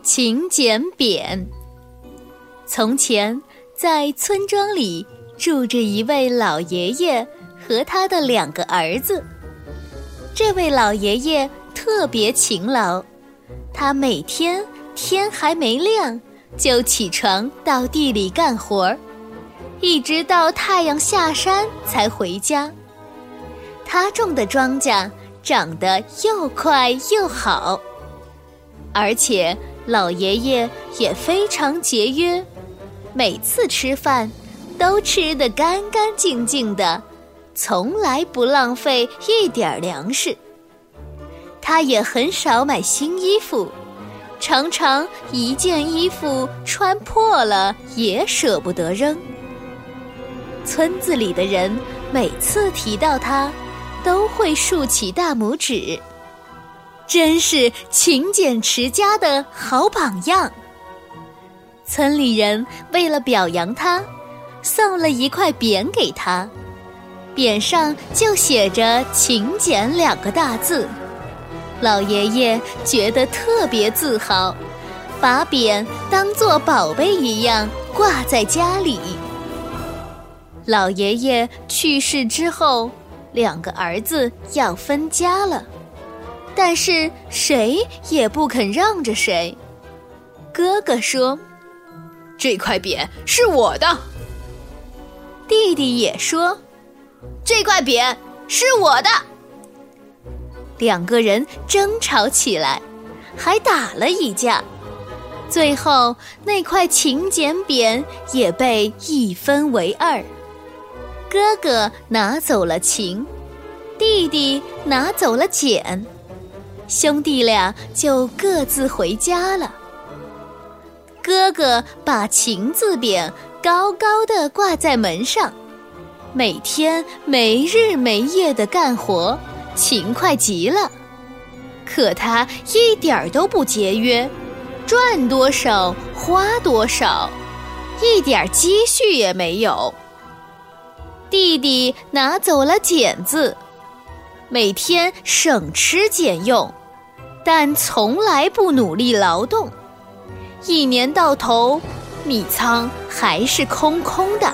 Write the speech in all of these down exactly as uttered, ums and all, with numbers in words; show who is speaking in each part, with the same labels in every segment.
Speaker 1: 勤俭扁。从前，在村庄里住着一位老爷爷和他的两个儿子。这位老爷爷特别勤劳，他每天天还没亮就起床到地里干活，一直到太阳下山才回家。他种的庄稼长得又快又好，而且老爷爷也非常节约，每次吃饭都吃得干干净净的，从来不浪费一点粮食。他也很少买新衣服，常常一件衣服穿破了也舍不得扔。村子里的人每次提到他，都会竖起大拇指，真是勤俭持家的好榜样。村里人为了表扬他，送了一块匾给他，匾上就写着勤俭两个大字。老爷爷觉得特别自豪，把匾当作宝贝一样挂在家里。老爷爷去世之后，两个儿子要分家了，但是谁也不肯让着谁。哥哥说：“
Speaker 2: 这块匾是我的。”
Speaker 1: 弟弟也说：“
Speaker 2: 这块匾是我的。”
Speaker 1: 两个人争吵起来，还打了一架。最后，那块勤俭匾也被一分为二。哥哥拿走了勤，弟弟拿走了俭，兄弟俩就各自回家了。哥哥把勤字匾高高地挂在门上，每天没日没夜地干活，勤快极了。可他一点儿都不节约，赚多少花多少，一点积蓄也没有。弟弟拿走了俭字，每天省吃俭用，但从来不努力劳动。一年到头，米仓还是空空的。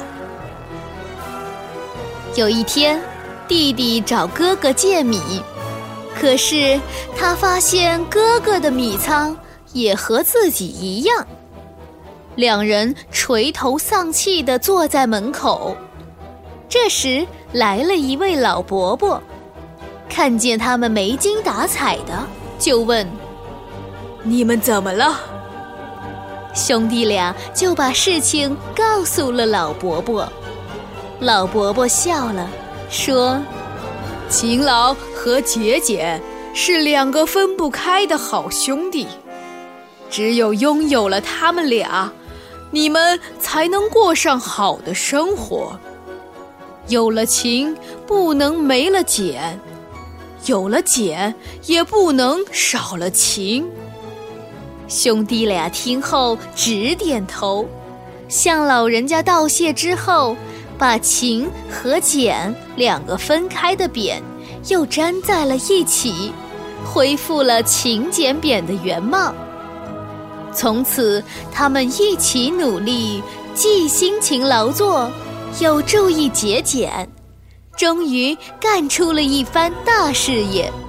Speaker 1: 有一天，弟弟找哥哥借米，可是他发现哥哥的米仓也和自己一样。两人垂头丧气地坐在门口。这时来了一位老伯伯，看见他们没精打采的，就问：“
Speaker 2: 你们怎么了？”
Speaker 1: 兄弟俩就把事情告诉了老伯伯。老伯伯笑了，说：“
Speaker 2: 勤劳和节俭是两个分不开的好兄弟，只有拥有了他们俩，你们才能过上好的生活。有了勤，不能没了俭；有了俭，也不能少了勤。”兄弟俩听后直点头，向老人家道谢之后，把勤和俭两个分开的匾又粘在了一起，恢复了勤俭匾的原貌。从此，他们一起努力，既辛勤劳作，又注意节俭，终于干出了一番大事业。